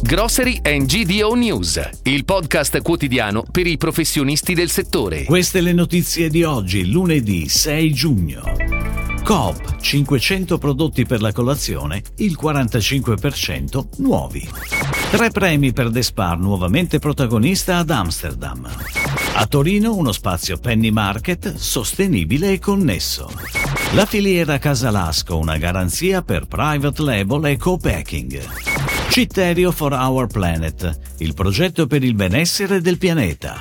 Grocery and GDO News, il podcast quotidiano per i professionisti del settore. Queste le notizie di oggi, lunedì 6 giugno. Coop, 500 prodotti per la colazione, il 45% nuovi. 3 premi per Despar, nuovamente protagonista ad Amsterdam. A Torino uno spazio Penny Market sostenibile e connesso. La filiera Casalasco, una garanzia per private label e co-packing. Citterio for Our Planet, il progetto per il benessere del pianeta.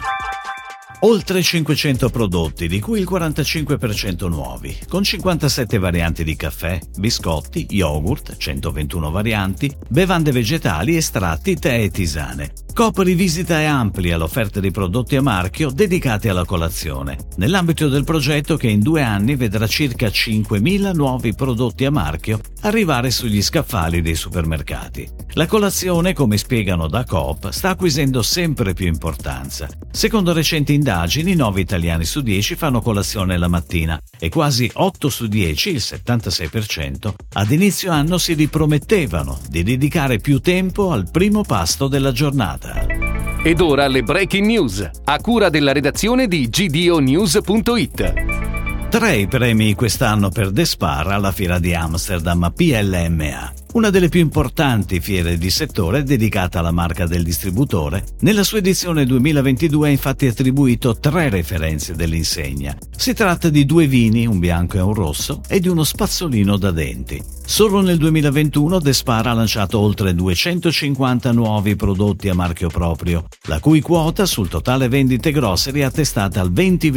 Oltre 500 prodotti, di cui il 45% nuovi, con 57 varianti di caffè, biscotti, yogurt, 121 varianti, bevande vegetali, estratti, tè e tisane. Coop rivisita e amplia l'offerta di prodotti a marchio dedicati alla colazione, nell'ambito del progetto che in 2 anni vedrà circa 5.000 nuovi prodotti a marchio arrivare sugli scaffali dei supermercati. La colazione, come spiegano da Coop, sta acquisendo sempre più importanza. Secondo recenti indagini, 9 italiani su 10 fanno colazione la mattina e quasi 8 su 10, il 76%, ad inizio anno si ripromettevano di dedicare più tempo al primo pasto della giornata. Ed ora le breaking news, a cura della redazione di gdonews.it. 3 i premi quest'anno per Despar alla Fiera di Amsterdam PLMA. Una delle più importanti fiere di settore dedicata alla marca del distributore, nella sua edizione 2022 ha infatti attribuito 3 referenze dell'insegna. Si tratta di 2 vini, un bianco e un rosso, e di uno spazzolino da denti. Solo nel 2021 Despar ha lanciato oltre 250 nuovi prodotti a marchio proprio, la cui quota sul totale vendite grocery è attestata al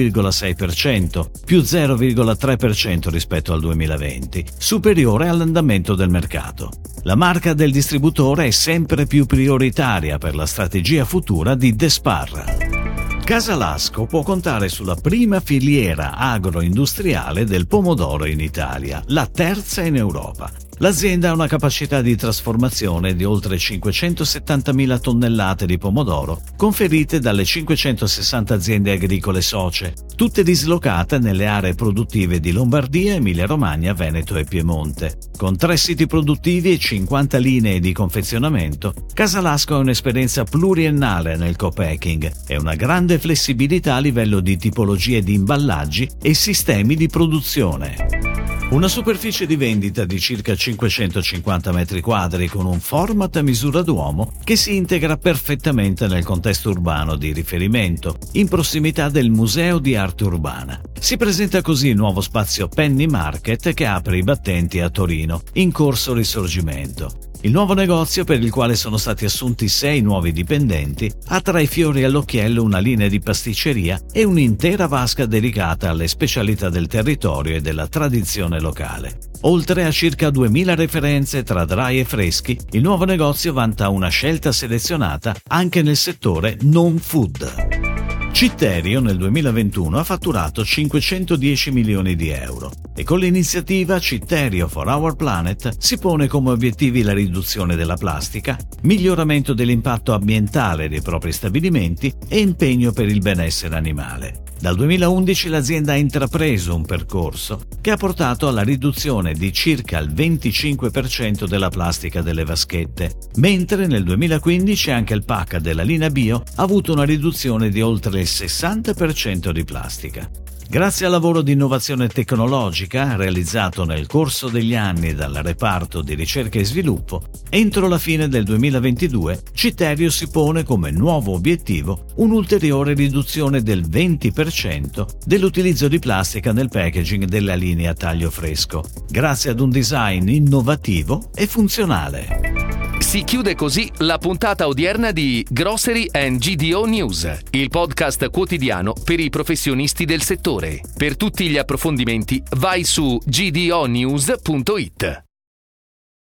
20,6%, più 0,3% rispetto al 2020, superiore all'andamento del mercato. La marca del distributore è sempre più prioritaria per la strategia futura di Despar. Casalasco può contare sulla prima filiera agroindustriale del pomodoro in Italia, la terza in Europa. L'azienda ha una capacità di trasformazione di oltre 570.000 tonnellate di pomodoro conferite dalle 560 aziende agricole socie, tutte dislocate nelle aree produttive di Lombardia, Emilia-Romagna, Veneto e Piemonte. Con 3 siti produttivi e 50 linee di confezionamento, Casalasco ha un'esperienza pluriennale nel co-packing e una grande flessibilità a livello di tipologie di imballaggi e sistemi di produzione. Una superficie di vendita di circa 550 metri quadri con un format a misura d'uomo che si integra perfettamente nel contesto urbano di riferimento, in prossimità del Museo di Arte Urbana. Si presenta così il nuovo spazio Penny Market che apre i battenti a Torino, in corso Risorgimento. Il nuovo negozio, per il quale sono stati assunti 6 nuovi dipendenti, ha tra i fiori all'occhiello una linea di pasticceria e un'intera vasca dedicata alle specialità del territorio e della tradizione locale. Oltre a circa 2000 referenze tra dry e freschi, il nuovo negozio vanta una scelta selezionata anche nel settore non food. Citterio nel 2021 ha fatturato 510 milioni di euro e con l'iniziativa Citterio for Our Planet si pone come obiettivi la riduzione della plastica, miglioramento dell'impatto ambientale dei propri stabilimenti e impegno per il benessere animale. Dal 2011 l'azienda ha intrapreso un percorso che ha portato alla riduzione di circa il 25% della plastica delle vaschette, mentre nel 2015 anche il pack della linea bio ha avuto una riduzione di oltre il 60% di plastica. Grazie al lavoro di innovazione tecnologica realizzato nel corso degli anni dal reparto di ricerca e sviluppo, entro la fine del 2022 Citterio si pone come nuovo obiettivo un'ulteriore riduzione del 20% dell'utilizzo di plastica nel packaging della linea taglio fresco, grazie ad un design innovativo e funzionale. Si chiude così la puntata odierna di Grocery and GDO News, il podcast quotidiano per i professionisti del settore. Per tutti gli approfondimenti vai su gdonews.it.